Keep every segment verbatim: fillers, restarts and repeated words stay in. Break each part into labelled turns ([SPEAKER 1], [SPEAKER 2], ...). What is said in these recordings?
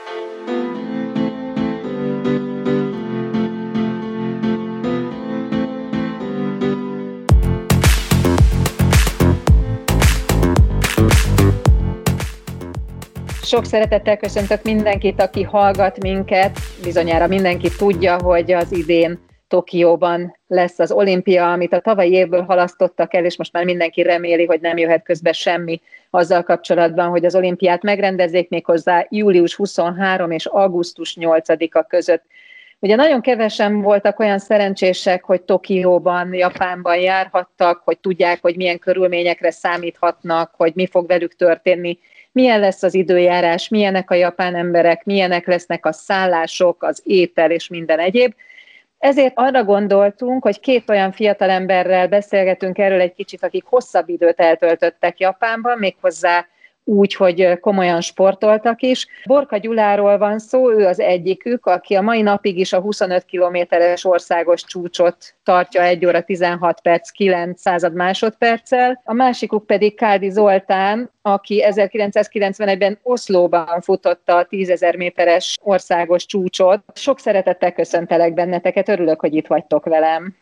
[SPEAKER 1] Sok szeretettel köszöntök mindenkit, aki hallgat minket. Bizonyára mindenki tudja, hogy az idén Tokióban lesz az olimpia, amit a tavalyi évből halasztottak el, és most már mindenki reméli, hogy nem jöhet közbe semmi azzal kapcsolatban, hogy az olimpiát megrendezzék, méghozzá július huszonharmadika és augusztus nyolcadika között. Ugye nagyon kevesen voltak olyan szerencsések, hogy Tokióban, Japánban járhattak, hogy tudják, hogy milyen körülményekre számíthatnak, hogy mi fog velük történni, milyen lesz az időjárás, milyenek a japán emberek, milyenek lesznek a szállások, az étel és minden egyéb. Ezért arra gondoltunk, hogy két olyan fiatalemberrel beszélgetünk erről egy kicsit, akik hosszabb időt eltöltöttek Japánban, méghozzá úgy, hogy komolyan sportoltak is. Borka Gyuláról van szó, ő az egyikük, aki a mai napig is a huszonöt kilométeres országos csúcsot tartja egy óra tizenhat perc kilenc század másodperccel. A másikuk pedig Káldi Zoltán, aki ezerkilencszázkilencvenegyben Oszlóban futotta a tízezer méteres országos csúcsot. Sok szeretettel köszöntelek benneteket, örülök, hogy itt vagytok velem.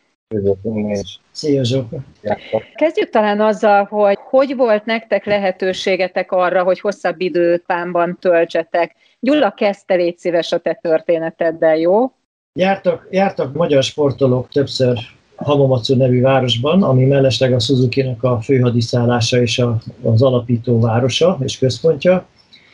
[SPEAKER 2] Szia, Zsóka!
[SPEAKER 1] Kezdjük talán azzal, hogy hogy volt nektek lehetőségetek arra, hogy hosszabb időt Japánban töltsetek. Gyula, kezdte, légy szíves a te történeteddel, jó?
[SPEAKER 2] Jártak, jártak magyar sportolók többször Hamamatsu nevű városban, ami mellesleg a Suzuki-nak a főhadiszállása és a, az alapító városa és központja.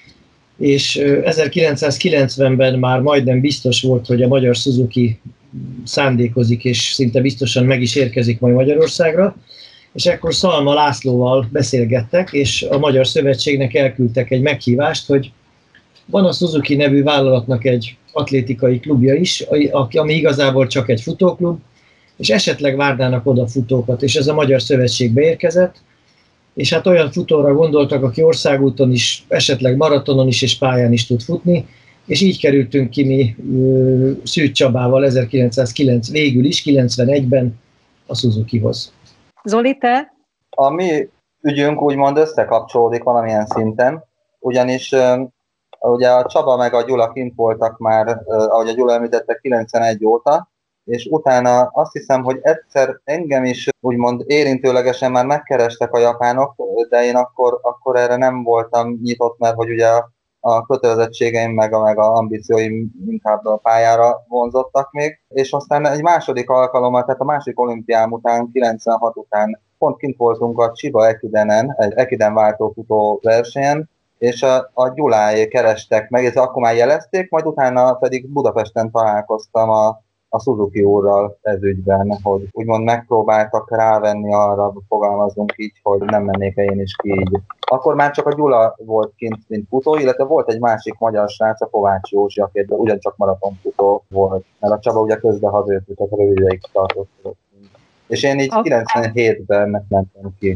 [SPEAKER 2] És ezerkilencszázkilencvenben már majdnem biztos volt, hogy a magyar Suzuki szándékozik, és szinte biztosan meg is érkezik majd Magyarországra, és ekkor Szalma Lászlóval beszélgettek, és a Magyar Szövetségnek elküldtek egy meghívást, hogy van a Suzuki nevű vállalatnak egy atlétikai klubja is, ami igazából csak egy futóklub, és esetleg várnának oda futókat, és ez a Magyar Szövetségbe érkezett, és hát olyan futóra gondoltak, aki országúton is, esetleg maratonon is és pályán is tud futni, és így kerültünk ki mi Szűcs Csabával ezerkilencszázkilenc, végül is kilencvenegyben a Suzukihoz.
[SPEAKER 1] Zoli, te?
[SPEAKER 3] A mi ügyünk úgymond összekapcsolódik valamilyen szinten, ugyanis ugye a Csaba meg a Gyula kint voltak már, ahogy a Gyula említette, kilencvenegy óta, és utána azt hiszem, hogy egyszer engem is úgymond érintőlegesen már megkerestek a japánok, de én akkor, akkor erre nem voltam nyitott, mert hogy ugye a a kötelezettségeim meg a, meg a ambícióim inkább a pályára vonzottak még, és aztán egy második alkalommal, tehát a másik olimpiám után, kilencvenhat után pont kint voltunk a Chiba Ekidenen, egy Ekiden váltófutó versenyen, és a, a Gyuláé kerestek meg, és akkor már jelezték, majd utána pedig Budapesten találkoztam a a Suzuki úrral ez ügyben, hogy úgymond megpróbáltak rávenni arra, fogalmazunk így, hogy nem mennék én is ki így. Akkor már csak a Gyula volt kint, mint futó, illetve volt egy másik magyar srác, a Kovács Józsi, aki ugyancsak maratonfutó volt, mert a Csaba ugye közben hazajött, tehát rövid ideig tartott. És én így kilencvenhétben mentem ki.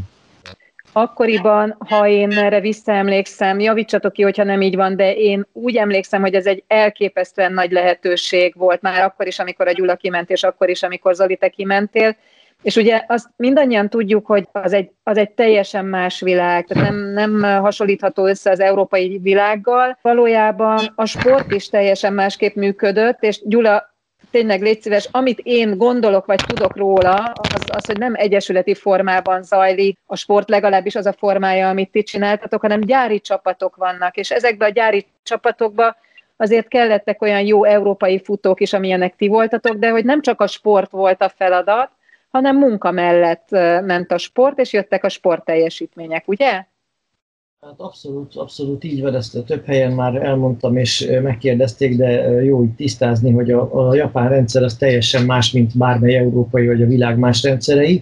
[SPEAKER 1] Akkoriban, ha én erre visszaemlékszem, javítsatok ki, hogyha nem így van, de én úgy emlékszem, hogy ez egy elképesztően nagy lehetőség volt már akkor is, amikor a Gyula kiment, és akkor is, amikor Zoli, te kimentél. És ugye azt mindannyian tudjuk, hogy az egy, az egy teljesen más világ, tehát nem, nem hasonlítható össze az európai világgal. Valójában a sport is teljesen másképp működött, és Gyula, tényleg légy szíves, amit én gondolok, vagy tudok róla, az, az, hogy nem egyesületi formában zajlik a sport, legalábbis az a formája, amit ti csináltatok, hanem gyári csapatok vannak, és ezekben a gyári csapatokban azért kellettek olyan jó európai futók is, amilyenek ti voltatok, de hogy nem csak a sport volt a feladat, hanem munka mellett ment a sport, és jöttek a sportteljesítmények, ugye?
[SPEAKER 2] Hát abszolút, abszolút így van, ezt több helyen már elmondtam, és megkérdezték, de jó így tisztázni, hogy a, a japán rendszer az teljesen más, mint bármely európai vagy a világ más rendszerei.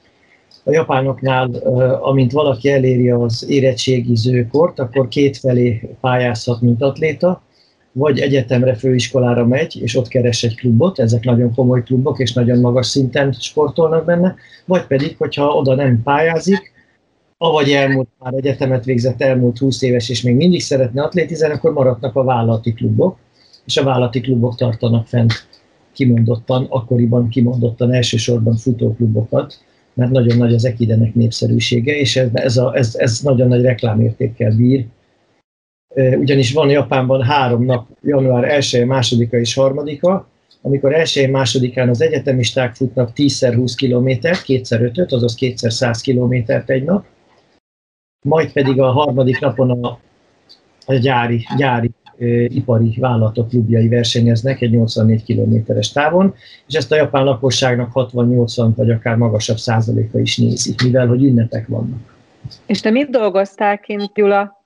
[SPEAKER 2] A japánoknál, amint valaki eléri az érettségizőkort, akkor kétfelé pályázhat, mint atléta, vagy egyetemre, főiskolára megy, és ott keres egy klubot, ezek nagyon komoly klubok, és nagyon magas szinten sportolnak benne, vagy pedig, hogyha oda nem pályázik, avagy elmúlt már egyetemet végzett, elmúlt húsz éves, és még mindig szeretne atlétizálni, akkor maradnak a vállalati klubok, és a vállalati klubok tartanak fent kimondottan, akkoriban kimondottan elsősorban futóklubokat, mert nagyon nagy az ekidenek népszerűsége, és ez, ez, a, ez, ez nagyon nagy reklámértékkel bír. ugyanis van Japánban három nap, január elseje, másodika és harmadika, amikor elsején, másodikán az egyetemisták futnak tízszer húsz kilométert, kétszer ötöt, azaz kétszer száz kilométert egy nap, majd pedig a harmadik napon a, a gyári, gyári ipari vállalatok klubjai versenyeznek egy nyolcvannégy kilométeres távon, és ezt a japán lakosságnak hatvan-nyolcvan vagy akár magasabb százaléka is nézi, mivel hogy ünnepek vannak.
[SPEAKER 1] És te mit dolgoztál kint, Gyula?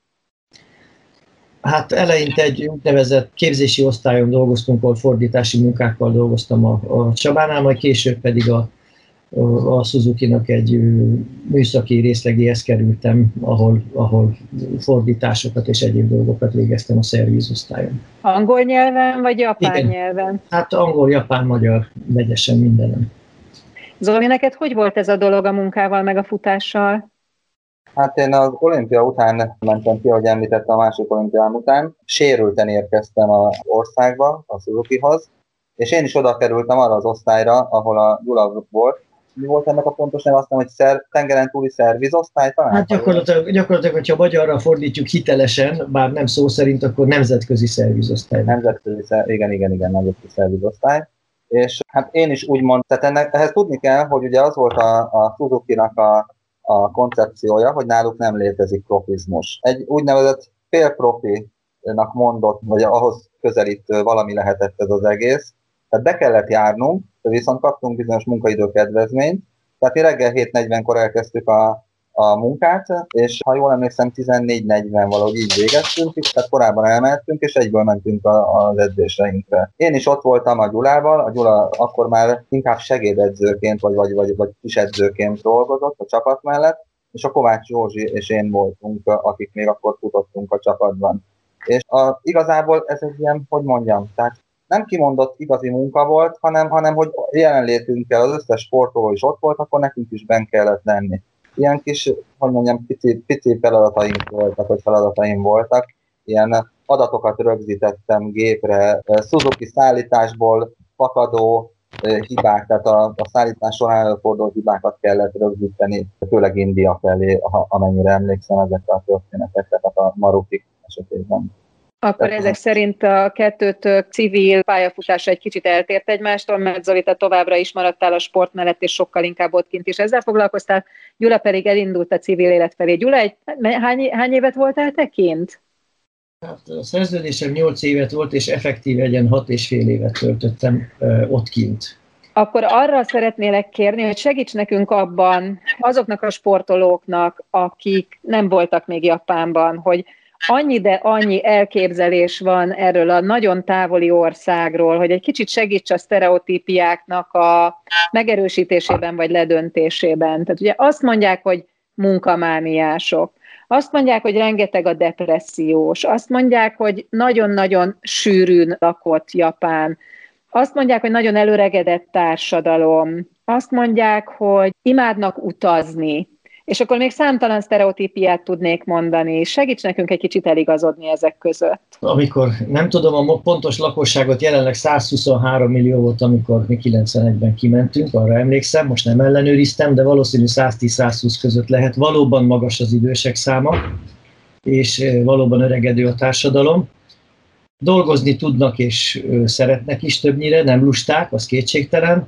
[SPEAKER 2] Hát eleinte egy úgynevezett képzési osztályon dolgoztunk, ahol fordítási munkákkal dolgoztam a, a Csabánál, majd később pedig a, a, a Suzuki-nak egy műszaki részlegéhez kerültem, ahol, ahol fordításokat és egyéb dolgokat végeztem a szervizosztályon.
[SPEAKER 1] Angol nyelven vagy japán
[SPEAKER 2] Igen.
[SPEAKER 1] nyelven?
[SPEAKER 2] Hát angol, japán, magyar, vegyesen mindenem.
[SPEAKER 1] Zoli, neked hogy volt ez a dolog a munkával meg a futással?
[SPEAKER 3] Hát én az olimpia után mentem ki, ahogy említettem, a másik olimpián után. Sérülten érkeztem az országba, a Suzukihoz, és én is oda kerültem arra az osztályra, ahol a Gyula volt. Mi volt ennek a pontos neve? Azt mondom, hogy szer, tengeren túli szervizosztály talán?
[SPEAKER 2] Hát gyakorlatilag, gyakorlatilag, hogyha magyarra fordítjuk hitelesen, bár nem szó szerint, akkor nemzetközi szervizosztály.
[SPEAKER 3] Nemzetközi, igen, igen, igen, nemzetközi szervizosztály. És hát én is úgy mondtam, tehát ennek, ehhez tudni kell, hogy ugye az volt a, a Suzuki-nak a a koncepciója, hogy náluk nem létezik profizmus. Egy úgynevezett félprofinak mondott, vagy ahhoz közelítő valami lehetett ez az egész. Tehát be kellett járnunk, viszont kaptunk bizonyos munkaidőkedvezményt. Tehát mi reggel hét negyvenkor elkezdtük a, a munkát, és ha jól emlékszem, tizennégy negyven valahogy így végeztünk, és tehát korábban elmentünk, és egyből mentünk a, az edzéseinkre. Én is ott voltam a Gyulával, a Gyula akkor már inkább segédedzőként, vagy, vagy, vagy, vagy kisedzőként dolgozott a csapat mellett, és a Kovács Józsi és én voltunk, akik még akkor futottunk a csapatban. És a, igazából ez egy ilyen, hogy mondjam, tehát nem kimondott igazi munka volt, hanem, hanem hogy jelenlétünkkel az összes sportoló is ott volt, akkor nekünk is benn kellett lenni. Ilyen kis, hogy mondjam, pici, pici feladataink voltak, vagy feladataim voltak. Ilyen adatokat rögzítettem gépre, Suzuki szállításból fakadó hibák, tehát a, a szállítás során előforduló hibákat kellett rögzíteni, főleg India felé, ha, amennyire emlékszem ezekre a történetekre, tehát a Maruti esetében.
[SPEAKER 1] Akkor Tehát ezek szerint a kettőtök civil pályafutása egy kicsit eltért egymástól, mert Zoli, te továbbra is maradtál a sport mellett, és sokkal inkább ott kint is ezzel foglalkoztál. Gyula pedig elindult a civil élet felé. Gyula, egy, hány, hány évet voltál te kint?
[SPEAKER 2] Hát a szerződésem nyolc évet volt, és effektív egyen hat és fél évet töltöttem ö, ott kint.
[SPEAKER 1] Akkor arra szeretnélek kérni, hogy segíts nekünk abban azoknak a sportolóknak, akik nem voltak még Japánban, hogy annyi, de annyi elképzelés van erről a nagyon távoli országról, hogy egy kicsit segíts a sztereotípiáknak a megerősítésében vagy ledöntésében. Tehát ugye azt mondják, hogy munkamániások, azt mondják, hogy rengeteg a depressziós, azt mondják, hogy nagyon-nagyon sűrűn lakott Japán, azt mondják, hogy nagyon előregedett társadalom, azt mondják, hogy imádnak utazni, és akkor még számtalan sztereotípiát tudnék mondani. Segíts nekünk egy kicsit eligazodni ezek között.
[SPEAKER 2] Amikor nem tudom a pontos lakosságot, jelenleg százhuszonhárom millió volt, amikor mi kilencvenegyben kimentünk, arra emlékszem, most nem ellenőriztem, de valószínű száztíz-százhúsz között lehet. Valóban magas az idősek száma, és valóban öregedő a társadalom. Dolgozni tudnak és szeretnek is többnyire, nem lusták, az kétségtelen.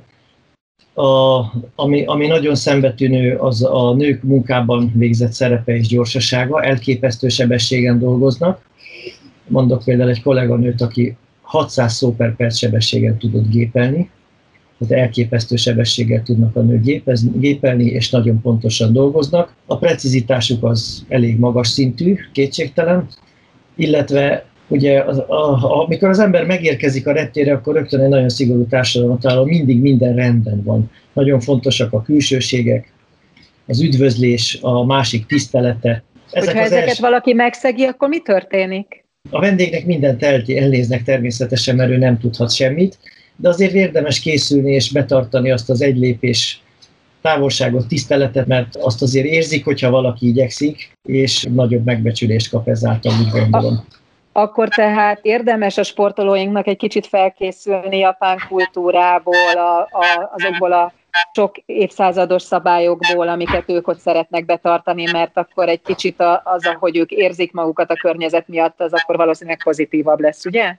[SPEAKER 2] A, ami, ami nagyon szembetűnő, az a nők munkában végzett szerepe és gyorsasága, elképesztő sebességen dolgoznak. Mondok például egy kolléganőt, aki hatszáz szó per perc sebességen tudott gépelni, tehát elképesztő sebességgel tudnak a nők gépezni, gépelni, és nagyon pontosan dolgoznak. A precizitásuk az elég magas szintű, kétségtelen, illetve ugye az, a, amikor az ember megérkezik a reptérre, akkor rögtön egy nagyon szigorú társadalmat talál, mindig minden rendben van. Nagyon fontosak a külsőségek, az üdvözlés, a másik tisztelete.
[SPEAKER 1] Ezek Hogyha ezeket els... valaki megszegi, akkor mi történik?
[SPEAKER 2] A vendégnek mindent el, elnéznek természetesen, mert ő nem tudhat semmit, de azért érdemes készülni és betartani azt az egy lépés távolságot, tiszteletet, mert azt azért érzik, hogyha valaki igyekszik, és nagyobb megbecsülést kap ezáltal, úgy gondolom.
[SPEAKER 1] A... Akkor tehát érdemes a sportolóinknak egy kicsit felkészülni japán kultúrából, a, a, azokból a sok évszázados szabályokból, amiket ők ott szeretnek betartani, mert akkor egy kicsit az, ahogy ők érzik magukat a környezet miatt, az akkor valószínűleg pozitívabb lesz, ugye?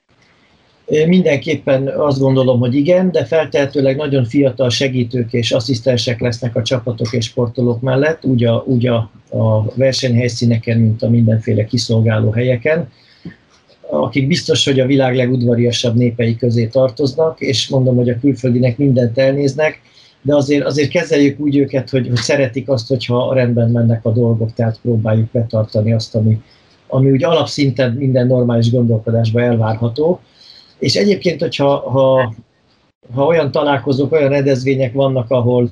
[SPEAKER 2] Mindenképpen azt gondolom, hogy igen, de feltehetőleg nagyon fiatal segítők és asszisztensek lesznek a csapatok és sportolók mellett, úgy a, úgy a, a versenyhelyszíneken, mint a mindenféle kiszolgáló helyeken, akik biztos, hogy a világ legudvariasabb népei közé tartoznak, és mondom, hogy a külföldinek mindent elnéznek, de azért, azért kezeljük úgy őket, hogy, hogy szeretik azt, hogyha rendben mennek a dolgok, tehát próbáljuk betartani azt, ami, ami úgy alapszinten minden normális gondolkodásban elvárható. És egyébként, hogyha ha, ha olyan találkozók, olyan rendezvények vannak, ahol,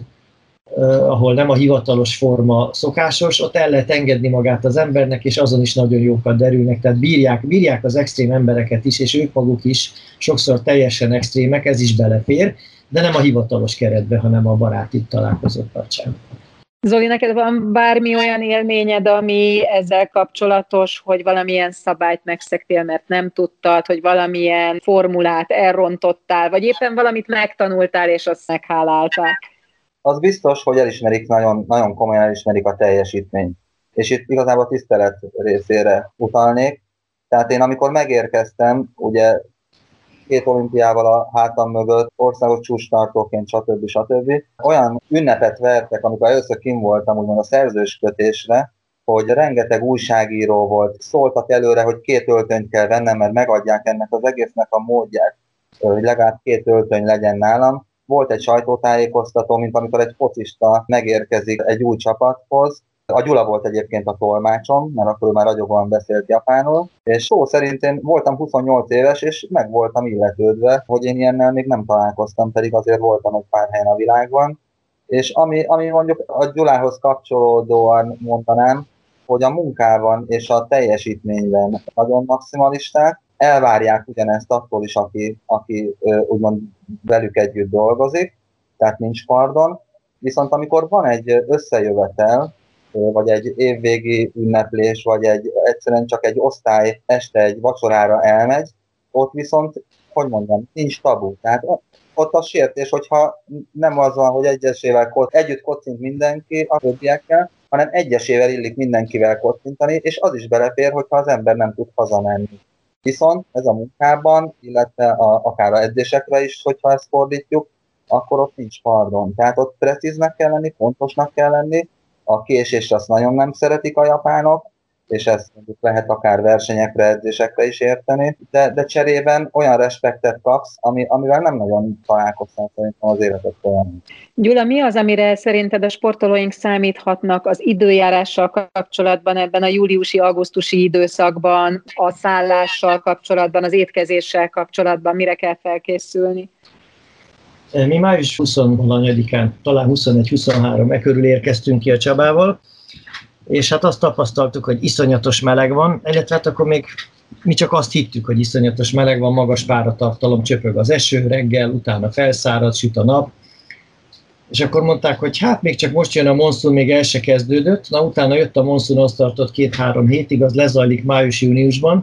[SPEAKER 2] uh, ahol nem a hivatalos forma szokásos, ott el lehet engedni magát az embernek, és azon is nagyon jókat derülnek. Tehát bírják, bírják az extrém embereket is, és ők maguk is sokszor teljesen extrémek, ez is belefér, de nem a hivatalos keretbe, hanem a baráti találkozók kapcsán.
[SPEAKER 1] Zoli, neked van bármi olyan élményed, ami ezzel kapcsolatos, hogy valamilyen szabályt megszegtél, mert nem tudtad, hogy valamilyen formulát elrontottál, vagy éppen valamit megtanultál, és azt megháláltál?
[SPEAKER 3] Az biztos, hogy elismerik, nagyon, nagyon komolyan elismerik a teljesítményt. És itt igazából a tisztelet részére utalnék. Tehát én amikor megérkeztem, ugye két olimpiával a hátam mögött, országos csúcstartóként, stb. stb. Olyan ünnepet vertek, amikor először kint voltam úgymond a szerzőskötésre, hogy rengeteg újságíró volt, szóltak előre, hogy két öltönyt kell vennem, mert megadják ennek az egésznek a módját, hogy legalább két öltöny legyen nálam. Volt egy sajtótájékoztató, mint amikor egy focista megérkezik egy új csapathoz. A Gyula volt egyébként a tolmácsom, mert akkor már ragyogóan beszélt japánul, és szó szerint én voltam huszonnyolc éves, és meg voltam illetődve, hogy én ilyennel még nem találkoztam, pedig azért voltam egy pár helyen a világban. És ami, ami mondjuk a Gyulához kapcsolódóan mondanám, hogy a munkában és a teljesítményben nagyon maximalisták, elvárják ugyanezt attól is, aki, aki úgymond velük együtt dolgozik, tehát nincs pardon, viszont amikor van egy összejövetel, vagy egy évvégi ünneplés, vagy egy, egyszerűen csak egy osztály este egy vacsorára elmegy, ott viszont, hogy mondjam, nincs tabu. Tehát ott a sértés, hogyha nem az van, hogy egyesével kocint, együtt kocint mindenki a többiekkel, hanem egyesével illik mindenkivel kocintani, és az is belefér, hogyha az ember nem tud hazamenni. Viszont ez a munkában, illetve a, akár a edzésekre is, hogyha ezt fordítjuk, akkor ott nincs pardon. Tehát ott precíznek kell lenni, pontosnak kell lenni, a késést azt nagyon nem szeretik a japánok, és ezt lehet akár versenyekre, edzésekre is érteni, de, de cserében olyan respektet kapsz, ami, amivel nem nagyon találkoztam szerintem az életet folyamán.
[SPEAKER 1] Gyula, mi az, amire szerinted a sportolóink számíthatnak az időjárással kapcsolatban, ebben a júliusi-augusztusi időszakban, a szállással kapcsolatban, az étkezéssel kapcsolatban, mire kell felkészülni?
[SPEAKER 2] Mi május huszonnyolcadikán, talán huszonegy-huszonhárom e körül érkeztünk ki a Csabával, és hát azt tapasztaltuk, hogy iszonyatos meleg van, illetve hát akkor még mi csak azt hittük, hogy iszonyatos meleg van, magas páratartalom, csöpög az eső reggel, utána felszárad, süt a nap, és akkor mondták, hogy hát még csak most jön a monszun, még el se kezdődött, na utána jött a monszun, az tartott két-három hétig, az lezajlik május-júniusban,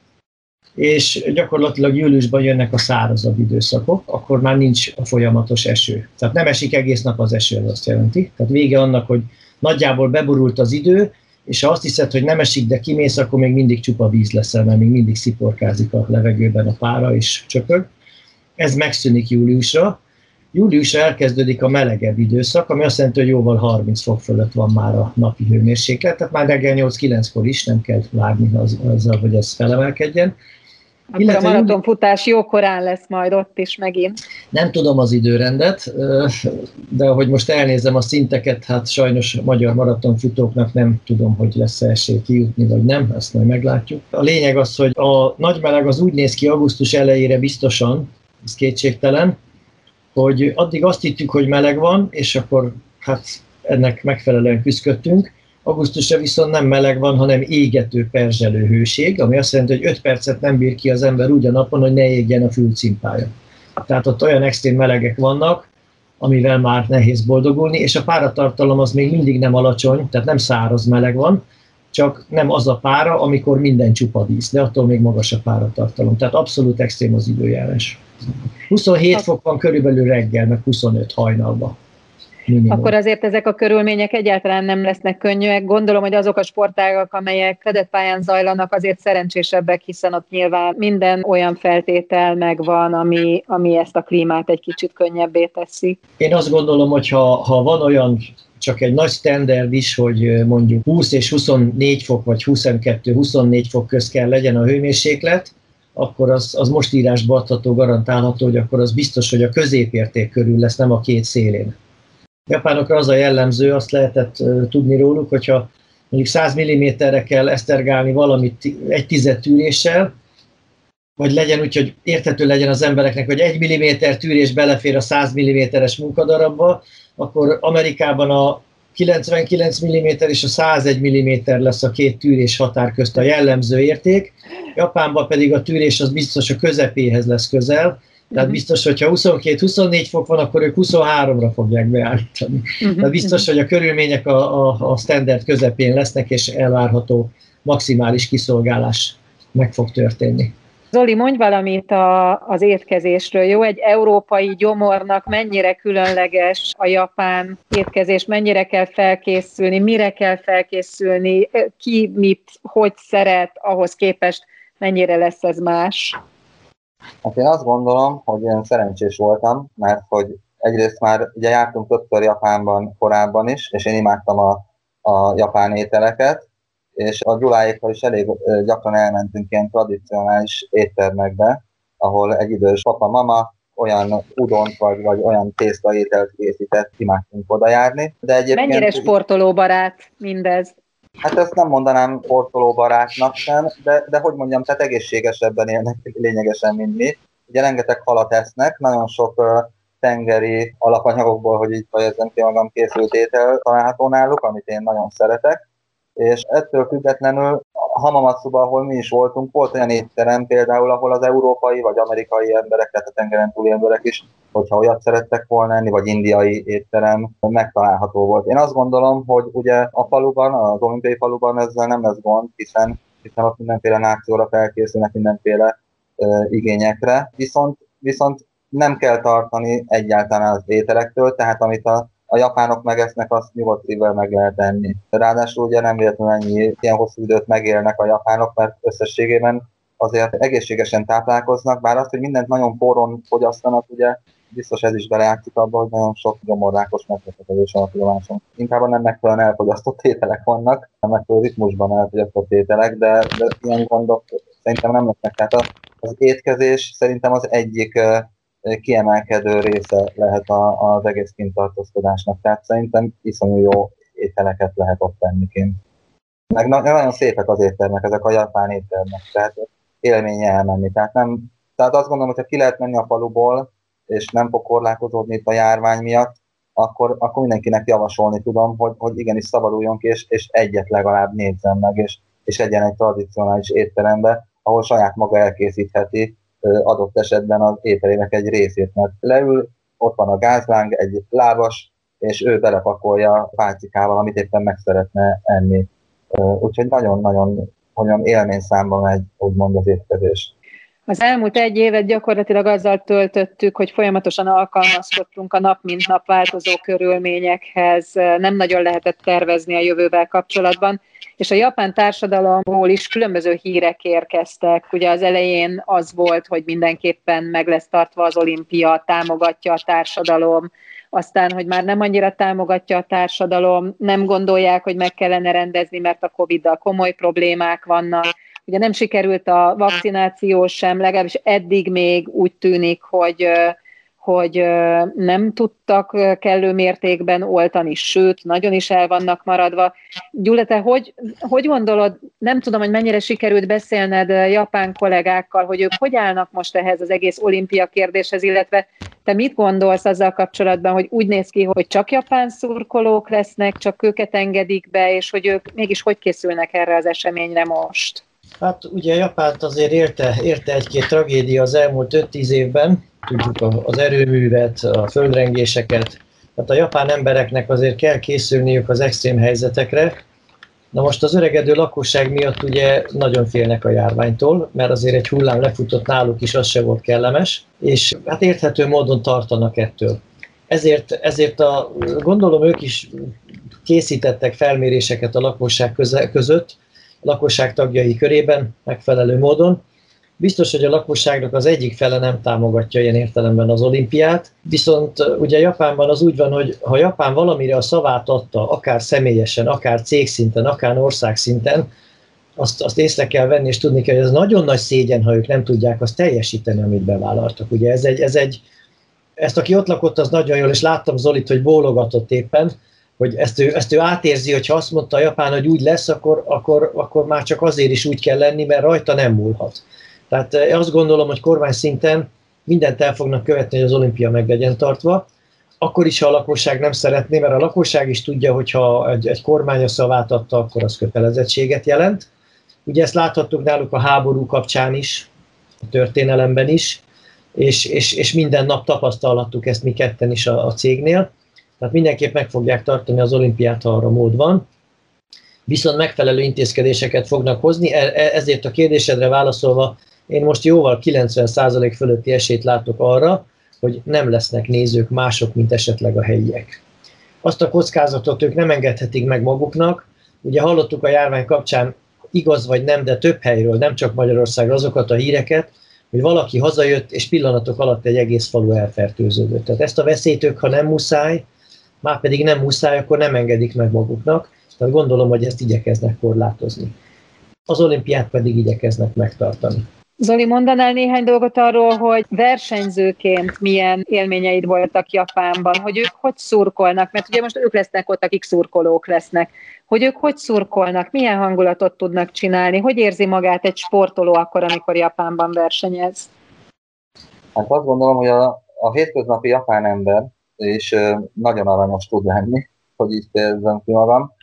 [SPEAKER 2] és gyakorlatilag júliusban jönnek a szárazabb időszakok, akkor már nincs a folyamatos eső. Tehát nem esik egész nap az eső, azt jelenti. Tehát vége annak, hogy nagyjából beborult az idő, és ha azt hiszed, hogy nem esik, de kimész, akkor még mindig csupa víz leszel, mert még mindig sziporkázik a levegőben a pára és csöpög. Ez megszűnik júliusra. Júliusra elkezdődik a melegebb időszak, ami azt jelenti, hogy jóval harminc fok fölött van már a napi hőmérséklet, tehát már reggel nyolc-kilenckor is nem kell várni az, azzal, hogy ez felemelkedjen.
[SPEAKER 1] Akkor illetve a maratonfutás jó korán lesz majd ott is megint.
[SPEAKER 2] Nem tudom az időrendet, de ahogy most elnézem a szinteket, hát sajnos a magyar maratonfutóknak nem tudom, hogy lesz-e esély kijutni, vagy nem, ezt majd meglátjuk. A lényeg az, hogy a nagy meleg az úgy néz ki augusztus elejére biztosan, ez kétségtelen, hogy addig azt hittük, hogy meleg van, és akkor hát ennek megfelelően küzdködtünk. Augusztusra viszont nem meleg van, hanem égető, perzselő hőség, ami azt jelenti, hogy öt percet nem bír ki az ember úgy a napon, hogy ne égjen a fülcimpája. Tehát ott olyan extrém melegek vannak, amivel már nehéz boldogulni, és a páratartalom az még mindig nem alacsony, tehát nem száraz meleg van, csak nem az a pára, amikor minden csupa víz, de attól még magas a páratartalom. Tehát abszolút extrém az időjárás. huszonhét fok van körülbelül reggel, meg huszonöt hajnalban. Minimum.
[SPEAKER 1] Akkor azért ezek a körülmények egyáltalán nem lesznek könnyűek. Gondolom, hogy azok a sportágak, amelyek fedett pályán zajlanak, azért szerencsésebbek, hiszen ott nyilván minden olyan feltétel megvan, ami, ami ezt a klímát egy kicsit könnyebbé teszi.
[SPEAKER 2] Én azt gondolom, hogy ha, ha van olyan, csak egy nagy standard is, hogy mondjuk húsz és huszonnégy fok, vagy huszonkettő-huszonnégy fok köz kell legyen a hőmérséklet, akkor az, az most írásba adható, garantálható, hogy akkor az biztos, hogy a középérték körül lesz, nem a két szélén. A japánokra az a jellemző, azt lehetett uh, tudni róluk, hogyha mondjuk száz milliméterre kell esztergálni valamit egy tized tűréssel, vagy legyen úgy, hogy érthető legyen az embereknek, hogy egy milliméter tűrés belefér a száz milliméteres munkadarabba, akkor Amerikában a kilencvenkilenc milliméter és a százegy milliméter lesz a két tűrés határ közt a jellemző érték, Japánban pedig a tűrés az biztos a közepéhez lesz közel, tehát biztos, hogyha huszonkét-huszonnégy fok van, akkor ők huszonháromra fogják beállítani. Tehát biztos, hogy a körülmények a, a, a standard közepén lesznek, és elvárható maximális kiszolgálás meg fog történni.
[SPEAKER 1] Zoli, mondj valamit a, az étkezésről, jó? Egy európai gyomornak mennyire különleges a japán étkezés, mennyire kell felkészülni, mire kell felkészülni, ki mit, hogy szeret, ahhoz képest mennyire lesz ez más?
[SPEAKER 3] Hát én azt gondolom, hogy én szerencsés voltam, mert hogy egyrészt már ugye jártunk többször Japánban korábban is, és én imádtam a, a japán ételeket, és a Gyuláékkal is elég gyakran elmentünk ilyen tradicionális éttermekbe, ahol egy idős papa-mama olyan udont vagy, vagy olyan tésztaételt készített, imádtunk oda járni. De egyébként...
[SPEAKER 1] Mennyire sportolóbarát mindez?
[SPEAKER 3] Hát ezt nem mondanám sportolóbarátnak sem, de, de hogy mondjam, tehát egészségesebben élnek lényegesen, mint mi. Ugye rengeteg halat esznek, nagyon sok uh, tengeri alapanyagokból, hogy így fejezzem ki magam, készült étel található náluk, amit én nagyon szeretek. És ettől függetlenül Hamamatsuban, ahol mi is voltunk, volt olyan étterem például, ahol az európai vagy amerikai emberek, tehát a tengeren túli emberek is, hogyha olyat szerettek volna enni, vagy indiai étterem, megtalálható volt. Én azt gondolom, hogy ugye a faluban, az olimpiai faluban ezzel nem lesz gond, hiszen, hiszen ott mindenféle nációra felkészülnek, mindenféle uh, igényekre, viszont, viszont nem kell tartani egyáltalán az ételektől, tehát amit a A japánok megesznek, azt nyugodt szívvel meg lehet enni. Ráadásul ugye nem véletlenül ennyi ilyen hosszú időt megélnek a japánok, mert összességében azért egészségesen táplálkoznak, bár azt, hogy mindent nagyon forrón fogyasztanak, ugye biztos ez is belejátszik abba, hogy nagyon sok gyomorrákos megbetegedés van a tudomáson. Inkább nem megfelelően elfogyasztott ételek vannak, nem megfelelő ritmusban elfogyasztott ételek, de, de ilyen gondok szerintem nem lesznek. Tehát az étkezés szerintem az egyik kiemelkedő része lehet a, az egész kintartózkodásnak. Tehát szerintem iszonyú jó ételeket lehet ott tenni kint. Meg na- nagyon szépek az éttermek, ezek a japán éttermek, tehát élménye elmenni. Tehát, nem, tehát azt gondolom, hogy ha ki lehet menni a faluból, és nem fog korlátozódni itt a járvány miatt, akkor, akkor mindenkinek javasolni tudom, hogy, hogy igenis szabaduljon ki, és, és egyet legalább nézzen meg, és, és egyen egy tradicionális étterembe, ahol saját maga elkészítheti adott esetben az ételének egy részét, mert leül, ott van a gázláng, egy lábas, és ő belepakolja pálcikával, amit éppen meg szeretne enni. Úgyhogy nagyon-nagyon élményszámban megy, úgymond az étkezés.
[SPEAKER 1] Az elmúlt egy évet gyakorlatilag azzal töltöttük, hogy folyamatosan alkalmazkodtunk a nap mint nap változó körülményekhez, nem nagyon lehetett tervezni a jövővel kapcsolatban, és a japán társadalomból is különböző hírek érkeztek. Ugye az elején az volt, hogy mindenképpen meg lesz tartva az olimpia, támogatja a társadalom, aztán, hogy már nem annyira támogatja a társadalom, nem gondolják, hogy meg kellene rendezni, mert a Coviddal komoly problémák vannak. Ugye nem sikerült a vakcináció sem, legalábbis eddig még úgy tűnik, hogy, hogy nem tudtak kellő mértékben oltani, sőt, nagyon is el vannak maradva. Gyula, te hogy, hogy gondolod, nem tudom, hogy mennyire sikerült beszélned japán kollégákkal, hogy ők hogy állnak most ehhez az egész olimpia kérdéshez, illetve te mit gondolsz azzal kapcsolatban, hogy úgy néz ki, hogy csak japán szurkolók lesznek, csak őket engedik be, és hogy ők mégis hogy készülnek erre az eseményre most?
[SPEAKER 2] Hát ugye Japánt azért érte, érte egy-két tragédia az elmúlt öt-tíz évben, tudjuk az erőművet, a földrengéseket, tehát a japán embereknek azért kell készülniük az extrém helyzetekre, Na most az öregedő lakosság miatt ugye nagyon félnek a járványtól, mert azért egy hullám lefutott náluk is, az se volt kellemes, és hát érthető módon tartanak ettől. Ezért, ezért a, gondolom ők is készítettek felméréseket a lakosság köze, között, a lakosság tagjai körében megfelelő módon. Biztos, hogy a lakosságnak az egyik fele nem támogatja ilyen értelemben az olimpiát, viszont ugye Japánban az úgy van, hogy ha Japán valamire a szavát adta, akár személyesen, akár cégszinten, akár országszinten, azt, azt észre kell venni, és tudni kell, hogy ez nagyon nagy szégyen, ha ők nem tudják azt teljesíteni, amit bevállaltak. Ugye ez egy, ez egy, ezt aki ott lakott, az nagyon jól, és láttam Zolit, hogy bólogatott éppen, hogy ezt ő, ezt ő átérzi, hogy ha azt mondta a Japán, hogy úgy lesz, akkor, akkor, akkor már csak azért is úgy kell lenni, mert rajta nem múlhat. Tehát én azt gondolom, hogy kormány szinten mindent el fognak követni, hogy az olimpia meg legyen tartva, akkor is, ha a lakosság nem szeretné, mert a lakosság is tudja, hogy ha egy, egy kormány a szavát adta, akkor az kötelezettséget jelent. Ugye ezt láthattuk náluk a háború kapcsán is, a történelemben is, és, és, és minden nap tapasztalhattuk ezt mi ketten is a, a cégnél. Tehát mindenképp meg fogják tartani az olimpiát, ha arra mód van. Viszont megfelelő intézkedéseket fognak hozni, ezért a kérdésedre válaszolva, én most jóval kilencven százalék fölötti esélyt látok arra, hogy nem lesznek nézők mások, mint esetleg a helyiek. Azt a kockázatot ők nem engedhetik meg maguknak. Ugye hallottuk a járvány kapcsán, igaz vagy nem, de több helyről, nem csak Magyarországról azokat a híreket, hogy valaki hazajött, és pillanatok alatt egy egész falu elfertőződött. Tehát ezt a veszélyt ők, ha nem muszáj, már pedig nem muszáj, akkor nem engedik meg maguknak. Tehát gondolom, hogy ezt igyekeznek korlátozni. Az olimpiát pedig igyekeznek megtartani.
[SPEAKER 1] Zoli, mondanál néhány dolgot arról, hogy versenyzőként milyen élményeid voltak Japánban, hogy ők hogy szurkolnak, mert ugye most ők lesznek ott, akik szurkolók lesznek, hogy ők hogy szurkolnak, milyen hangulatot tudnak csinálni, hogy érzi magát egy sportoló akkor, amikor Japánban versenyez?
[SPEAKER 3] Hát azt gondolom, hogy a, a hétköznapi japán ember, és nagyon aranyos tud lenni, hogy így érzem ki magam.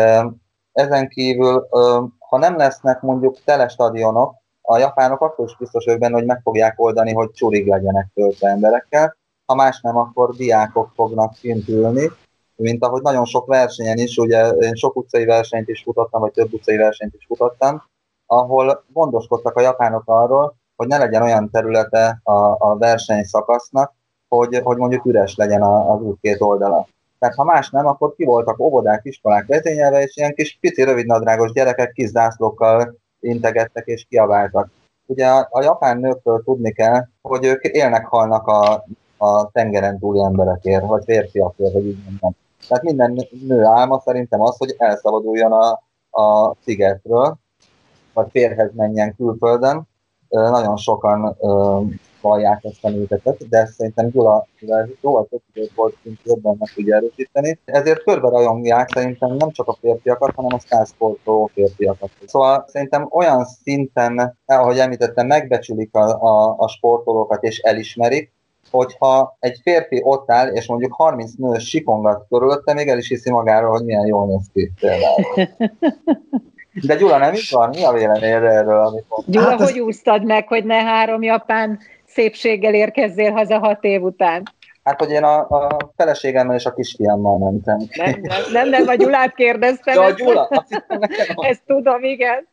[SPEAKER 3] Ezen kívül, ha nem lesznek mondjuk tele stadionok, a japánok akkor is biztos vagyok benne, hogy meg fogják oldani, hogy csurig legyenek töltve emberekkel. Ha más nem, akkor diákok fognak kint ülni, mint ahogy nagyon sok versenyen is, ugye én sok utcai versenyt is futottam, vagy több utcai versenyt is futottam, ahol gondoskodtak a japánok arról, hogy ne legyen olyan területe a, a versenyszakasznak, hogy, hogy mondjuk üres legyen az út két oldala. Tehát ha más nem, akkor ki voltak óvodák, iskolák vezényelve, és ilyen kis pici rövidnadrágos gyerekek kis zászlókkal integettek és kiabáltak. Ugye a, a japán nőkről tudni kell, hogy ők élnek-halnak a, a tengeren túli emberekért, vagy férfiakért, vagy így mondom. Tehát minden nő álma szerintem az, hogy elszabaduljon a, a szigetről, vagy férhez menjen külföldön. Nagyon sokan vallják ezt a műtetet, de szerintem Gyula jóval több időt volt, mint jobban meg tudja erősíteni. Ezért körbe rajongják szerintem nem csak a férfiakat, hanem a százsportoló férfiakat. Szóval szerintem olyan szinten, ahogy említettem, megbecsülik a, a, a sportolókat és elismerik, hogyha egy férfi ott áll, és mondjuk harminc nő sikongat körülötte, még el is hiszi magáról, hogy milyen jól néz ki például. De Gyula, nem is van? Mi a véleményed erről? Amit
[SPEAKER 1] Gyula, hát hogy ez... úsztad meg, hogy ne három japán szépséggel érkezzél haza hat év után?
[SPEAKER 3] Hát, hogy én a, a feleségemmel és a kisfiammal mentem.
[SPEAKER 1] Nem, nem, nem, nem, a Gyulát kérdeztem.
[SPEAKER 3] Ja, a Gyula?
[SPEAKER 1] Ezt tudom, igen.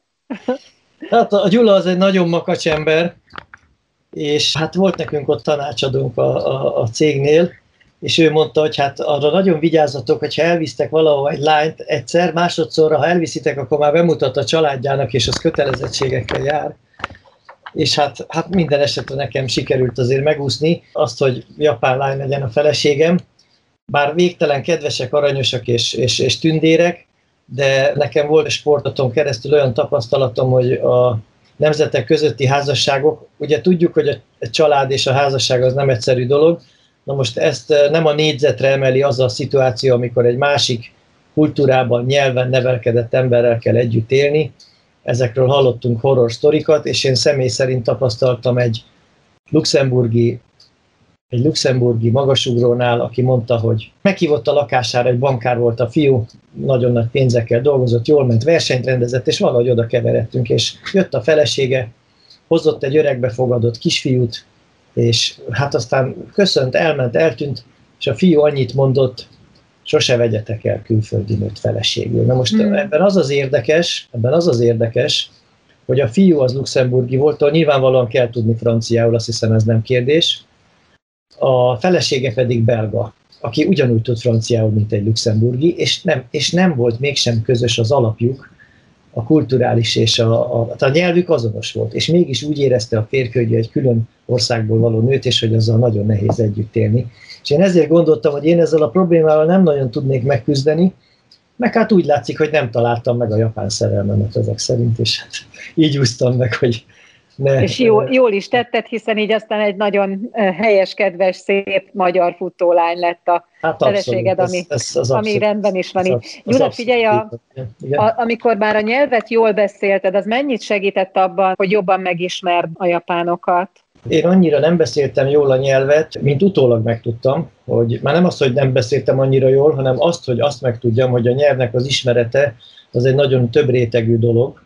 [SPEAKER 2] Hát a Gyula az egy nagyon makacs ember, és hát volt nekünk ott tanácsadónk a, a, a cégnél, és ő mondta, hogy hát arra nagyon vigyázzatok, hogyha elvisztek valahol egy lányt egyszer, másodszorra, ha elviszitek, akkor már bemutat a családjának, és az kötelezettségekkel jár. És hát, hát minden esetre nekem sikerült azért megúszni azt, hogy japán lány legyen a feleségem. Bár végtelen kedvesek, aranyosak és, és, és tündérek, de nekem volt sportaton keresztül olyan tapasztalatom, hogy a nemzetek közötti házasságok, ugye tudjuk, hogy a család és a házasság az nem egyszerű dolog. Na most ezt nem a négyzetre emeli az a szituáció, amikor egy másik kultúrában, nyelven nevelkedett emberrel kell együtt élni. Ezekről hallottunk horror sztorikat, és én személy szerint tapasztaltam egy luxemburgi, egy luxemburgi magasugrónál, aki mondta, hogy meghívott a lakására, egy bankár volt a fiú, nagyon nagy pénzekkel dolgozott, jól ment, versenyt rendezett, és valahogy oda keveredtünk, és jött a felesége, hozott egy öregbe fogadott kisfiút, és hát aztán köszönt, elment, eltűnt, és a fiú annyit mondott, sose vegyetek el külföldi nőt feleségül. Na most hmm. ebben az az érdekes, ebben az az érdekes, hogy a fiú az luxemburgi volt, ahol nyilvánvalóan kell tudni franciául, azt hiszem ez nem kérdés, a felesége pedig belga, aki ugyanúgy tud franciául, mint egy luxemburgi, és nem, és nem volt mégsem közös az alapjuk, a kulturális és a, a, a nyelvük azonos volt, és mégis úgy érezte a férfi, hogy egy külön országból való nőt, és hogy azzal nagyon nehéz együtt élni. És én ezért gondoltam, hogy én ezzel a problémával nem nagyon tudnék megküzdeni, meg hát úgy látszik, hogy nem találtam meg a japán szerelmemet ezek szerint, és hát így úsztam meg, hogy ne.
[SPEAKER 1] És jól, jól is tetted, hiszen így aztán egy nagyon helyes, kedves, szép magyar futólány lett a hát feleséged, ami, ez, ez ami rendben is van. Így. Gyula, figyelj, a, a, amikor már a nyelvet jól beszélted, az mennyit segített abban, hogy jobban megismerd a japánokat?
[SPEAKER 2] Én annyira nem beszéltem jól a nyelvet, mint utólag megtudtam, hogy már nem azt, hogy nem beszéltem annyira jól, hanem azt, hogy azt megtudjam, hogy a nyelvnek az ismerete az egy nagyon több rétegű dolog.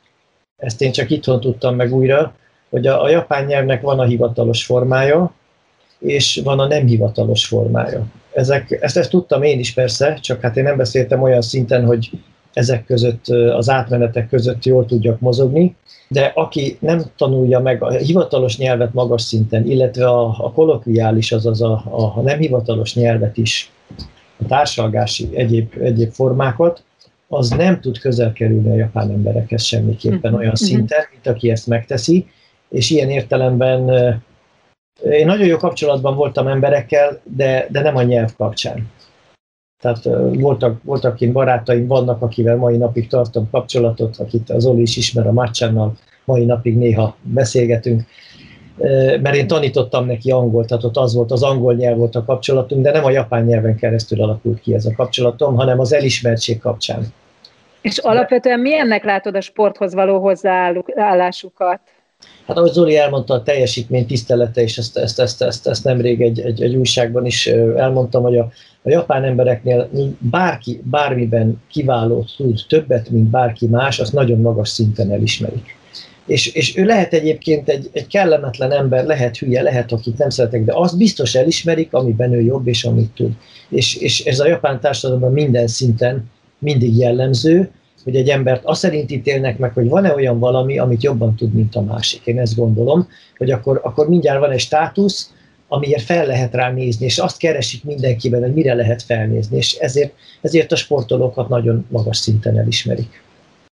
[SPEAKER 2] Ezt én csak itthon tudtam meg újra, hogy a, a japán nyelvnek van a hivatalos formája, és van a nem hivatalos formája. Ezek, ezt, ezt tudtam én is persze, csak hát én nem beszéltem olyan szinten, hogy ezek között, az átmenetek között jól tudjak mozogni, de aki nem tanulja meg a hivatalos nyelvet magas szinten, illetve a, a kolokviális, azaz a, a nem hivatalos nyelvet is, a társalgási egyéb, egyéb formákat, az nem tud közel kerülni a japán emberekhez semmiképpen olyan szinten, mint aki ezt megteszi, és ilyen értelemben én nagyon jó kapcsolatban voltam emberekkel, de, de nem a nyelv kapcsán. Tehát voltak, voltak kint barátaim, vannak, akivel mai napig tartom kapcsolatot, akit az Oli is ismer, a Mácsánnal, mai napig néha beszélgetünk, mert én tanítottam neki angolt, tehát ott az volt, az angol nyelv volt a kapcsolatunk, de nem a japán nyelven keresztül alakult ki ez a kapcsolatom, hanem az elismertség kapcsán.
[SPEAKER 1] És alapvetően milyennek látod a sporthoz való hozzáállásukat?
[SPEAKER 2] Hát ahogy Zoli elmondta, a teljesítmény tisztelete, és ezt, ezt, ezt, ezt, ezt nemrég egy, egy, egy újságban is elmondtam, hogy a, a japán embereknél bárki, bármiben kiváló tud többet, mint bárki más, azt nagyon magas szinten elismerik. És, és ő lehet egyébként egy, egy kellemetlen ember, lehet hülye, lehet, akit nem szeretek, de azt biztos elismerik, amiben ő jobb, és amit tud. És, és ez a japán társadalomban minden szinten mindig jellemző, hogy egy embert azt szerint ítélnek meg, hogy van-e olyan valami, amit jobban tud, mint a másik. Én ezt gondolom, hogy akkor, akkor mindjárt van egy státusz, amiért fel lehet rá nézni, és azt keresik mindenkiben, hogy mire lehet felnézni, és ezért, ezért a sportolókat nagyon magas szinten elismerik.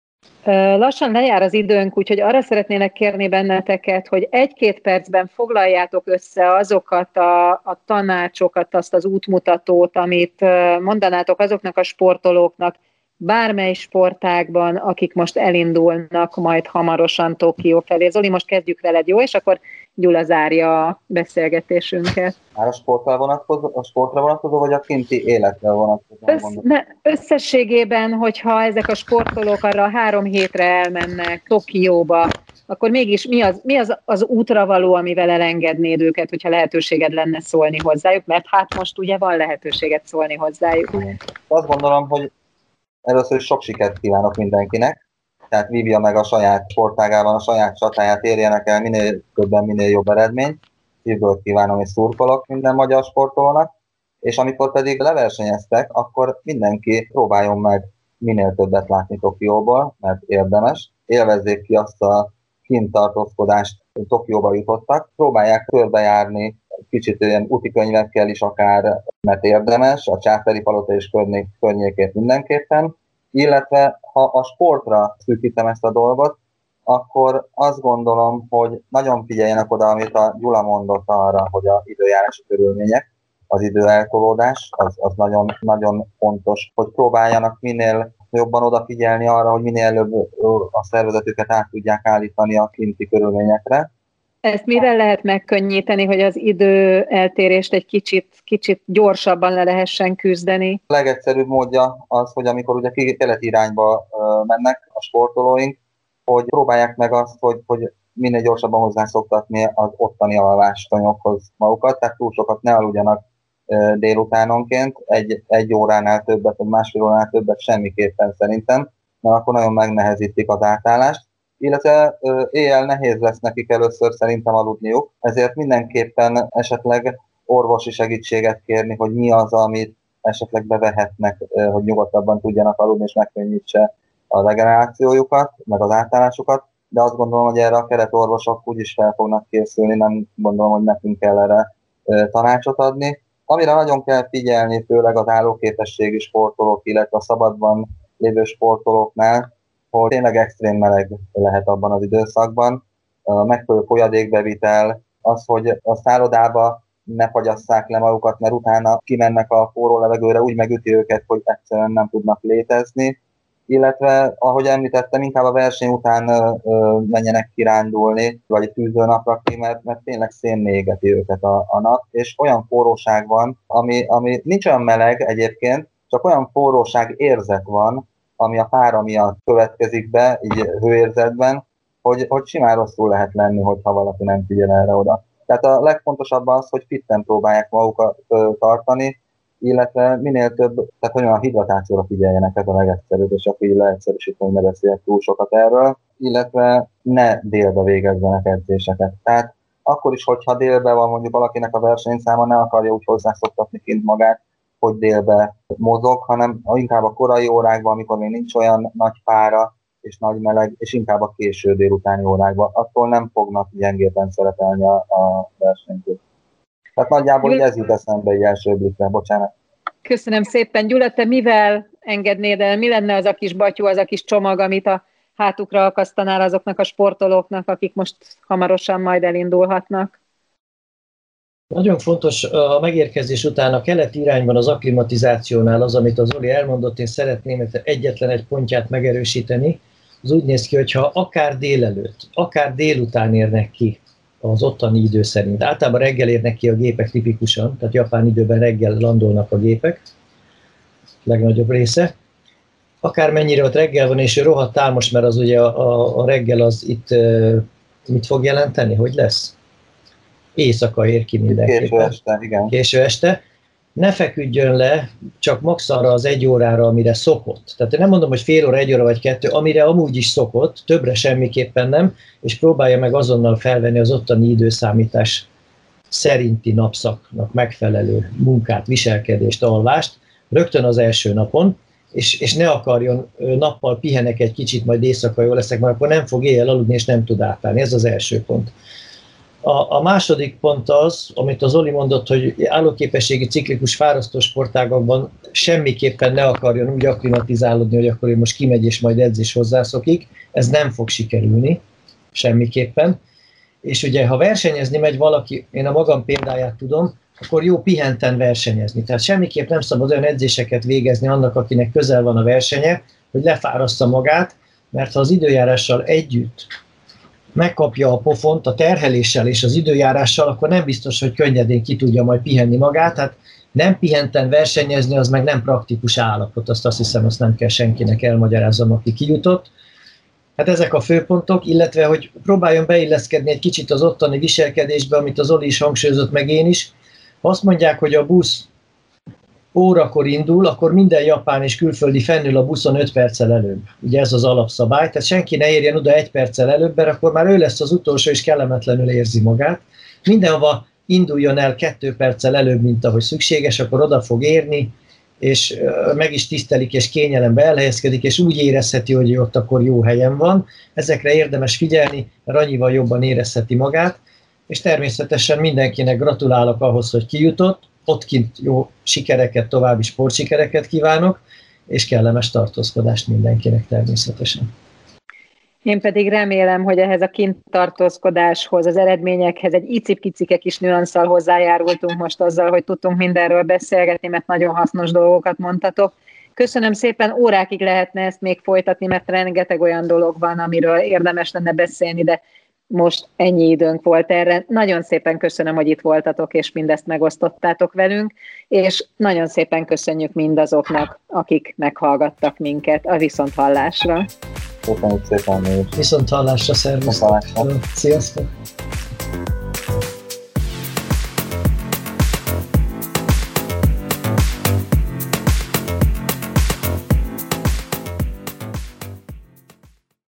[SPEAKER 1] Lassan lejár az időnk, úgyhogy arra szeretnének kérni benneteket, hogy egy-két percben foglaljátok össze azokat a, a tanácsokat, azt az útmutatót, amit mondanátok azoknak a sportolóknak, bármely sportágban, akik most elindulnak majd hamarosan Tokió felé. Zoli, most kezdjük veled, jó? És akkor Gyula zárja a beszélgetésünket.
[SPEAKER 3] Már a sportra vonatkozó, a sportra vonatkozó, vagy a kinti életre vonatkozó?
[SPEAKER 1] Össz, ne, összességében, hogyha ezek a sportolók arra három hétre elmennek Tokióba, akkor mégis mi az, mi az az útra való, amivel elengednéd őket, hogyha lehetőséged lenne szólni hozzájuk? Mert hát most ugye van lehetőséget szólni hozzájuk.
[SPEAKER 3] Azt gondolom, hogy először is sok sikert kívánok mindenkinek, tehát vívja meg a saját sportágában, a saját csatáját, érjenek el minél többen, minél jobb eredményt. Szívből kívánom és szurkolok minden magyar sportolónak, és amikor pedig leversenyeztek, akkor mindenki próbáljon meg minél többet látni Tokióból, mert érdemes. Élvezzék ki azt a kint tartózkodást, hogy Tokióba jutottak. Próbálják körbejárni, kicsit olyan útikönyvekkel is akár, mert érdemes, a Császári palota és környékét mindenképpen. Illetve ha a sportra szűkítem ezt a dolgot, akkor azt gondolom, hogy nagyon figyeljenek oda, amit a Gyula mondott arra, hogy az időjárási körülmények, az időeltolódás, az, az nagyon, nagyon fontos, hogy próbáljanak minél jobban odafigyelni arra, hogy minél előbb a szervezetüket át tudják állítani a kinti körülményekre.
[SPEAKER 1] Ezt mivel lehet megkönnyíteni, hogy az idő eltérést egy kicsit, kicsit gyorsabban le lehessen küzdeni?
[SPEAKER 3] A legegyszerűbb módja az, hogy amikor ugye keleti irányba mennek a sportolóink, hogy próbálják meg azt, hogy, hogy minél gyorsabban hozzászoktatni az ottani alvástanyokhoz magukat, tehát túl sokat ne aludjanak délutánonként, egy, egy óránál többet, vagy másfél óránál többet semmiképpen szerintem, mert akkor nagyon megnehezítik az átállást. Illetve ö, éjjel nehéz lesz nekik először szerintem aludniuk, ezért mindenképpen esetleg orvosi segítséget kérni, hogy mi az, amit esetleg bevehetnek, hogy nyugodtabban tudjanak aludni, és megkönnyítse a regenerációjukat, meg az átállásukat, de azt gondolom, hogy erre a keretorvosok úgyis fel fognak készülni, nem gondolom, hogy nekünk kell erre tanácsot adni. Amire nagyon kell figyelni, főleg az állóképességi sportolók, illetve a szabadban lévő sportolóknál, hogy tényleg extrém meleg lehet abban az időszakban, a megfelelő folyadékbevitel, az, hogy a szállodába ne fagyasszák le magukat, mert utána kimennek a forró levegőre, úgy megüti őket, hogy egyszerűen nem tudnak létezni, illetve, ahogy említettem, inkább a verseny után ö, ö, menjenek kirándulni, vagy tűzőnapra ki, mert, mert tényleg szénné égeti őket a, a nap, és olyan forróság van, ami, ami nincs olyan meleg egyébként, csak olyan forróság érzet van, ami a pára miatt következik be, így hőérzetben, hogy, hogy simán rosszul lehet lenni, hogyha valaki nem figyel erre oda. Tehát a legfontosabb az, hogy fitten próbálják magukat ö, tartani, illetve minél több, tehát hogy a hidratációra figyeljenek, ez a legegyszerűbb, és akkor így leegyszerűsítve, hogy ne beszéljek túl sokat erről, illetve ne délbe végezzenek edzéseket. Tehát akkor is, hogyha délbe van mondjuk valakinek a versenyszáma, ne akarja úgy hozzászoktatni kint magát, hogy délbe mozog, hanem inkább a korai órákban, amikor még nincs olyan nagy pára és nagy meleg, és inkább a késő délutáni órákban, attól nem fognak gyengében szerepelni a, a versenyzők. Tehát nagyjából Gyula... ez jut eszembe egy első blikre, bocsánat.
[SPEAKER 1] Köszönöm szépen. Gyula, te mivel engednéd el, mi lenne az a kis batyú, az a kis csomag, amit a hátukra akasztanál azoknak a sportolóknak, akik most hamarosan majd elindulhatnak?
[SPEAKER 2] Nagyon fontos a megérkezés után a keleti irányban az akklimatizációnál az, amit az Oli elmondott, én szeretném egyetlen egy pontját megerősíteni. Az úgy néz ki, hogyha akár délelőtt, akár délután érnek ki az ottani idő szerint. Általában reggel érnek ki a gépek tipikusan, tehát japán időben reggel landolnak a gépek, legnagyobb része. Akármennyire ott reggel van, és rohadt álmos, mert az ugye a, a, a reggel az itt mit fog jelenteni, hogy lesz? Éjszaka ér ki mindenképpen.
[SPEAKER 3] Késő este, igen.
[SPEAKER 2] Késő este. Ne feküdjön le csak max arra az egy órára, amire szokott. Tehát nem mondom, hogy fél óra, egy óra vagy kettő, amire amúgy is szokott, többre semmiképpen nem, és próbálja meg azonnal felvenni az ottani időszámítás szerinti napszaknak megfelelő munkát, viselkedést, alvást, rögtön az első napon, és, és ne akarjon nappal pihenek egy kicsit, majd éjszaka jól leszek, mert akkor nem fog éjjel aludni, és nem tud átállni. Ez az első pont. A, a második pont az, amit az Oli mondott, hogy állóképességi ciklikus fárasztó sportágakban semmiképpen ne akarjon úgy akklimatizálódni, hogy akkor ő most kimegy és majd edz és hozzászokik. Ez nem fog sikerülni, semmiképpen. És ugye, ha versenyezni megy valaki, én a magam példáját tudom, akkor jó pihenten versenyezni. Tehát semmiképp nem szabad olyan edzéseket végezni annak, akinek közel van a versenye, hogy lefárassza magát, mert ha az időjárással együtt megkapja a pofont a terheléssel és az időjárással, akkor nem biztos, hogy könnyedén ki tudja majd pihenni magát. Tehát nem pihenten versenyezni, az meg nem praktikus állapot, azt azt hiszem, azt nem kell senkinek elmagyarázom, aki kijutott. Hát ezek a főpontok, illetve, hogy próbáljon beilleszkedni egy kicsit az ottani viselkedésbe, amit az Oli is hangsúlyozott, meg én is. Ha azt mondják, hogy a busz órakor indul, akkor minden japán és külföldi fennül a buszon öt perccel előbb. Ugye ez az alapszabály, tehát senki ne érjen oda egy perccel előbb, mert akkor már ő lesz az utolsó, és kellemetlenül érzi magát. Mindenhova induljon el kettő perccel előbb, mint ahogy szükséges, akkor oda fog érni, és meg is tisztelik, és kényelembe elhelyezkedik, és úgy érezheti, hogy ott akkor jó helyen van. Ezekre érdemes figyelni, mert annyival jobban érezheti magát, és természetesen mindenkinek gratulálok ahhoz, hogy kijutott, ott kint jó sikereket, további sportsikereket kívánok, és kellemes tartózkodást mindenkinek természetesen.
[SPEAKER 1] Én pedig remélem, hogy ehhez a kint tartózkodáshoz, az eredményekhez egy icipkicike kis nüanszal hozzájárultunk most azzal, hogy tudtunk mindenről beszélgetni, mert nagyon hasznos dolgokat mondtatok. Köszönöm szépen, órákig lehetne ezt még folytatni, mert rengeteg olyan dolog van, amiről érdemes lenne beszélni, de most ennyi időnk volt erre. Nagyon szépen köszönöm, hogy itt voltatok, és mindezt megosztottátok velünk, és nagyon szépen köszönjük mindazoknak, akik meghallgattak minket a viszonthallásra.
[SPEAKER 3] Köszönjük szépen.
[SPEAKER 2] Viszonthallásra, szervusztok! Sziasztok!